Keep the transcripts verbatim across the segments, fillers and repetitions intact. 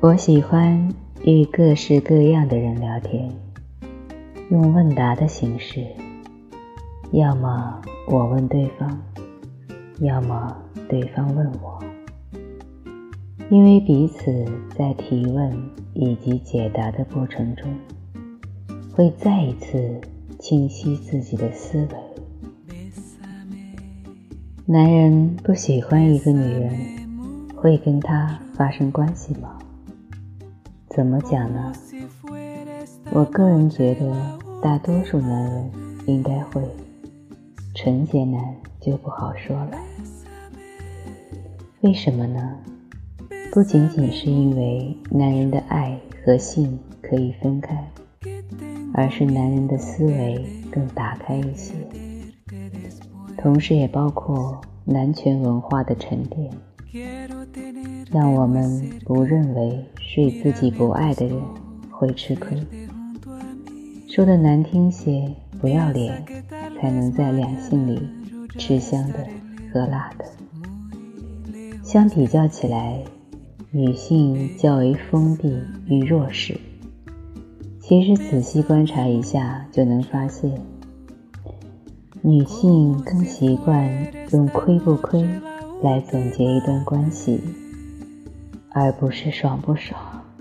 我喜欢与各式各样的人聊天，用问答的形式，要么我问对方，要么对方问我，因为彼此在提问以及解答的过程中，会再一次清晰自己的思维。男人不喜欢一个女人，会跟她发生关系吗？怎么讲呢？我个人觉得大多数男人应该会，纯洁男就不好说了。为什么呢？不仅仅是因为男人的爱和性可以分开，而是男人的思维更打开一些，同时也包括男权文化的沉淀，让我们不认为睡自己不爱的人会吃亏。说的难听些，不要脸才能在两性里吃香的喝辣的。相比较起来，女性较为封闭与弱势。其实仔细观察一下就能发现，女性更习惯用亏不亏来总结一段关系，而不是爽不爽。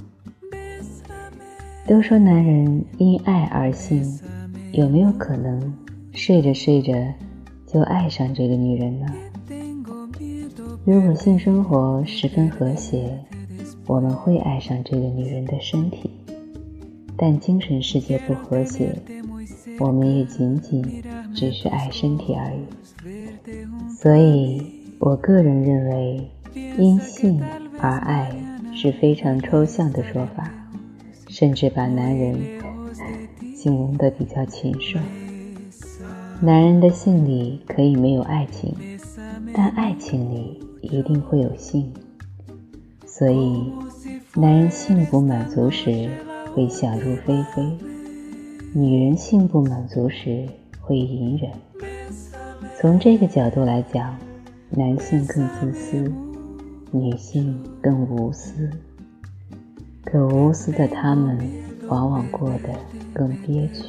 都说男人因爱而性，有没有可能睡着睡着就爱上这个女人呢？如果性生活十分和谐，我们会爱上这个女人的身体，但精神世界不和谐，我们也仅仅只是爱身体而已。所以我个人认为，因性而爱是非常抽象的说法，甚至把男人形容得比较禽兽。男人的性里可以没有爱情，但爱情里一定会有性。所以男人性不满足时会想入非非，女人性不满足时会隐忍。从这个角度来讲，男性更自私，女性更无私。可无私的他们往往过得更憋屈。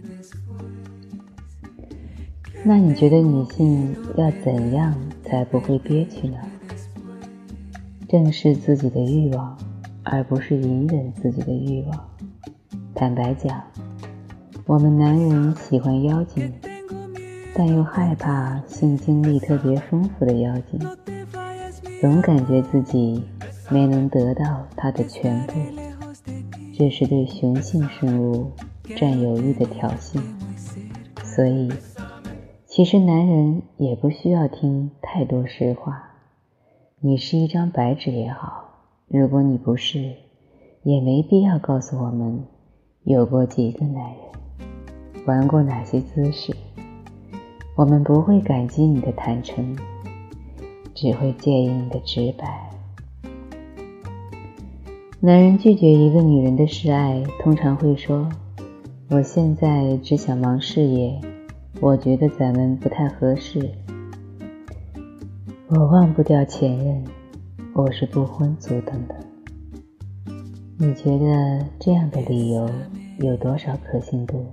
那你觉得女性要怎样才不会憋屈呢？正视自己的欲望，而不是隐忍自己的欲望。坦白讲，我们男人喜欢妖精，但又害怕性经历特别丰富的妖精，总感觉自己没能得到他的全部，这是对雄性生物占有欲的挑衅。所以其实男人也不需要听太多实话，你是一张白纸也好，如果你不是，也没必要告诉我们有过几个男人，玩过哪些姿势。我们不会感激你的坦诚，只会介意你的直白。男人拒绝一个女人的示爱，通常会说，我现在只想忙事业，我觉得咱们不太合适，我忘不掉前任，我是不婚族等等。你觉得这样的理由有多少可信度？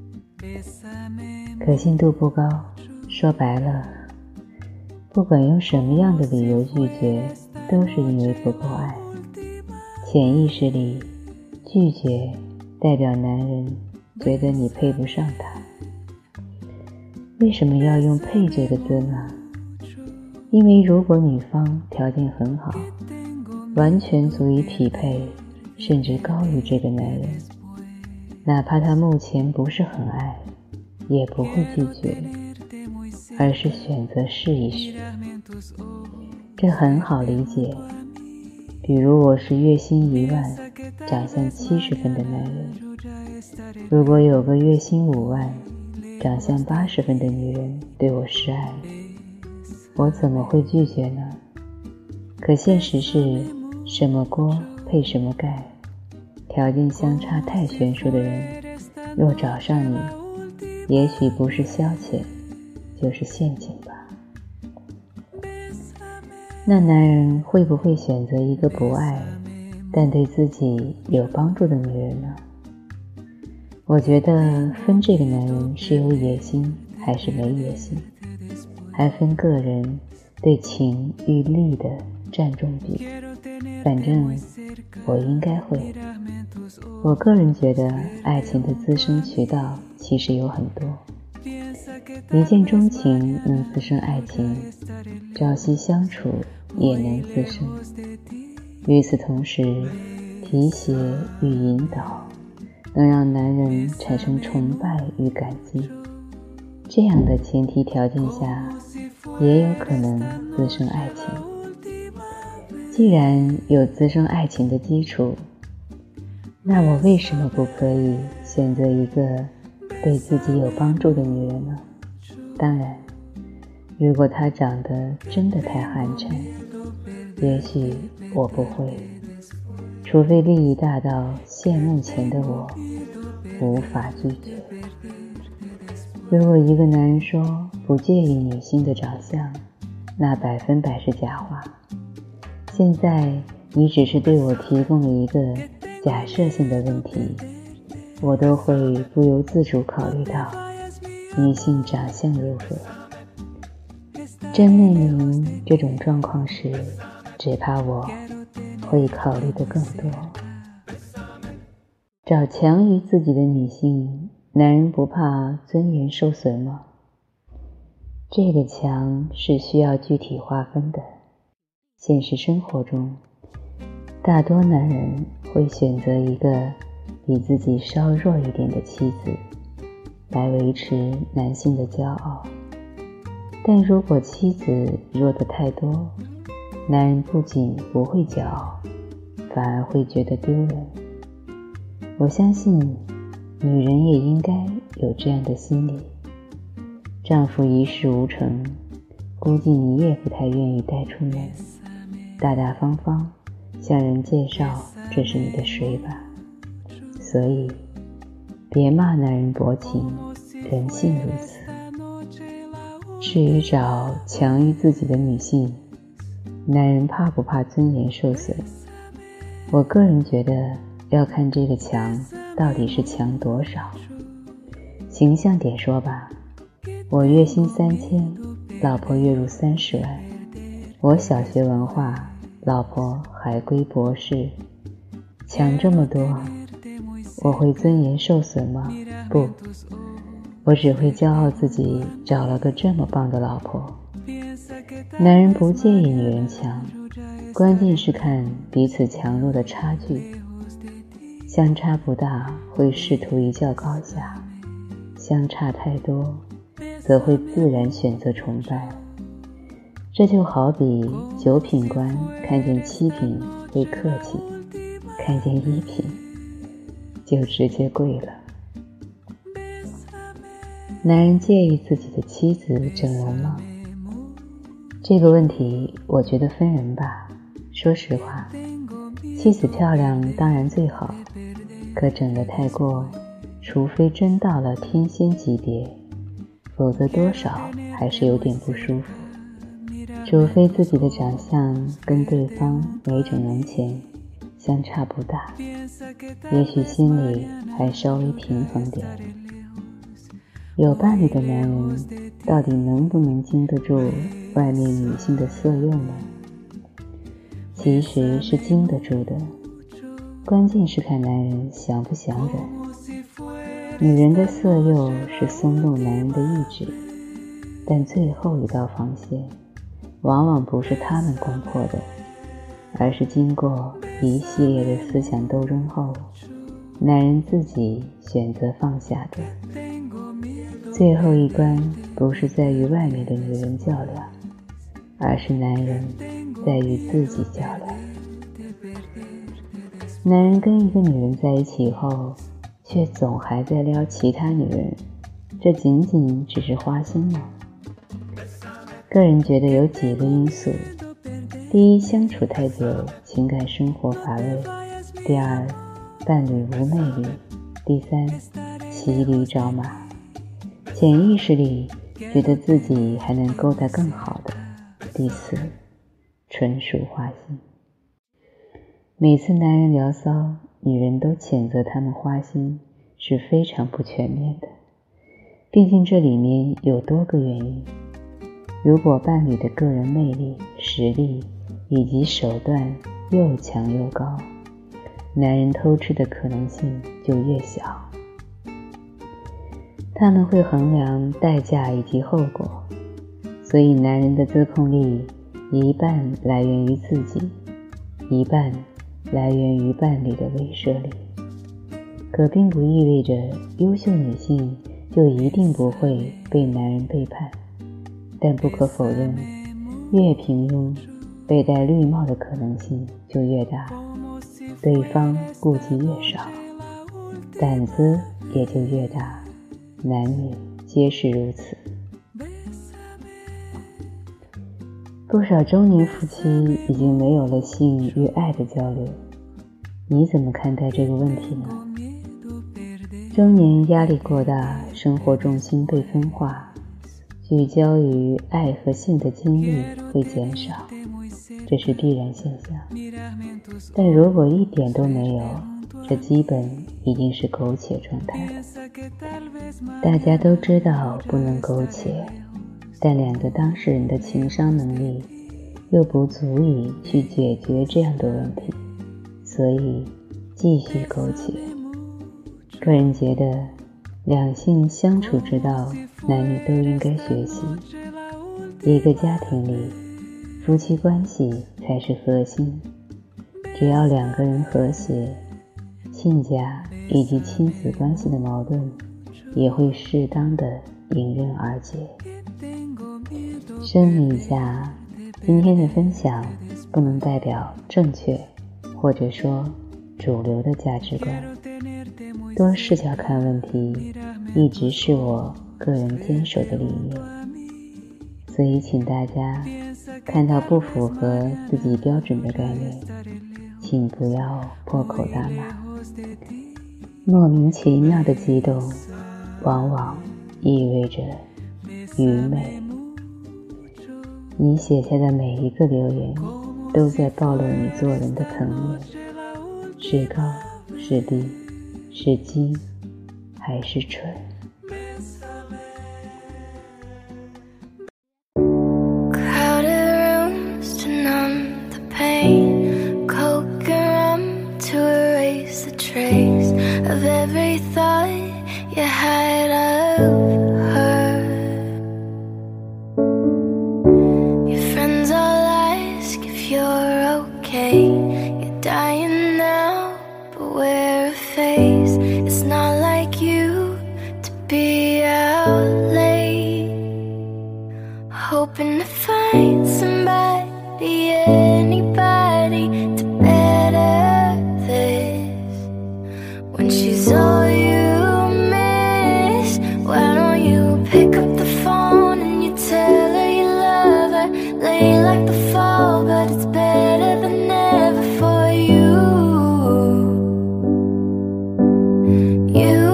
可信度不高，说白了，不管用什么样的理由拒绝，都是因为不够爱。潜意识里，拒绝代表男人觉得你配不上他。为什么要用配这个字呢？因为如果女方条件很好，完全足以匹配甚至高于这个男人，哪怕他目前不是很爱，也不会拒绝，而是选择试一试。这很好理解，比如我是月薪一万，长相七十分的男人，如果有个月薪五万，长相八十分的女人对我示爱，我怎么会拒绝呢？可现实是，什么锅配什么盖，条件相差太悬殊的人若找上你，也许不是消遣，就是陷阱吧。那男人会不会选择一个不爱但对自己有帮助的女人呢？我觉得分这个男人是有野心还是没野心，还分个人对情与利的占重比。反正我应该会。我个人觉得爱情的滋生渠道其实有很多，一见钟情能滋生爱情，朝夕相处也能滋生。与此同时，提携与引导能让男人产生崇拜与感激，这样的前提条件下也有可能滋生爱情。既然有滋生爱情的基础，那我为什么不可以选择一个对自己有帮助的女人呢？当然，如果她长得真的太寒碜，也许我不会，除非利益大到现目前的我无法拒绝。如果一个男人说不介意女性的长相，那百分百是假话。现在你只是对我提供了一个假设性的问题，我都会不由自主考虑到女性长相如何。真面临这种状况时，只怕我会考虑的更多。找强于自己的女性，男人不怕尊严受损吗？这个强是需要具体划分的。现实生活中，大多男人会选择一个比自己稍弱一点的妻子，来维持男性的骄傲。但如果妻子弱得太多，男人不仅不会骄傲，反而会觉得丢人。我相信女人也应该有这样的心理。丈夫一事无成，估计你也不太愿意带出门，大大方方向人介绍这是你的谁吧。所以别骂男人薄情，人性如此。至于找强于自己的女性，男人怕不怕尊严受损？我个人觉得要看这个强到底是强多少。形象点说吧，我月薪三千，老婆月入三十万，我小学文化，老婆海归博士，强这么多，我会尊严受损吗？不，我只会骄傲自己找了个这么棒的老婆。男人不介意女人强，关键是看彼此强弱的差距，相差不大会试图一较高下，相差太多则会自然选择崇拜。这就好比九品官看见七品会客气，看见一品就直接跪了。男人介意自己的妻子整容吗？这个问题我觉得分人吧。说实话，妻子漂亮当然最好，可整得太过，除非真到了天仙级别，否则多少还是有点不舒服。除非自己的长相跟对方没整容前相差不大，也许心里还稍微平衡点。有伴侣的男人到底能不能经得住外面女性的色诱呢？其实是经得住的，关键是看男人想不想忍。女人的色诱是松动男人的意志，但最后一道防线往往不是他们攻破的，而是经过一系列的思想斗争后，男人自己选择放下的。最后一关不是在与外面的女人较量，而是男人在与自己较量。男人跟一个女人在一起后，却总还在撩其他女人，这仅仅只是花心吗？个人觉得有几个因素：第一，相处太久，情感生活乏味；第二，伴侣无魅力；第三，骑驴找马，潜意识里觉得自己还能勾搭更好的；第四，纯属花心。 每次男人聊骚，女人都谴责他们花心，是非常不全面的。毕竟这里面有多个原因。如果伴侣的个人魅力、实力以及手段又强又高，男人偷吃的可能性就越小。他们会衡量代价以及后果，所以男人的自控力一半来源于自己，一半来源于伴侣的威慑力。可并不意味着优秀女性就一定不会被男人背叛，但不可否认，越平庸，被戴绿帽的可能性就越大，对方顾忌越少，胆子也就越大，男女皆是如此。不少中年夫妻已经没有了性与爱的交流，你怎么看待这个问题呢？中年压力过大，生活重心被分化，聚焦于爱和性的精力会减少，这是必然现象。但如果一点都没有，这基本已经是苟且状态了。大家都知道不能苟且，但两个当事人的情商能力又不足以去解决这样的问题，所以继续苟且。个人觉得，两性相处之道，男女都应该学习。一个家庭里，夫妻关系才是核心。只要两个人和谐，亲家以及亲子关系的矛盾也会适当的迎刃而解。声明一下，今天的分享不能代表正确或者说主流的价值观，多视角看问题一直是我个人坚守的理念，所以请大家看到不符合自己标准的概念，请不要破口大骂。莫名其妙的激动往往意味着愚昧。你写下的每一个留言都在暴露你做人的层面，是高是低，是精还是蠢。 Of every thought you had of her, your friends all ask if you're okay. You're dying now, but wear a face. It's not like you to be out late, hoping to find somebody, anybody to better this. When she's all you miss, why don't you pick up the phone and you tell her you love her? Late like the fall, but it's better than ever for you. You,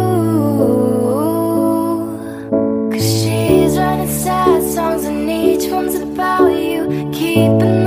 'cause she's writing sad songs and each one's about you, keeping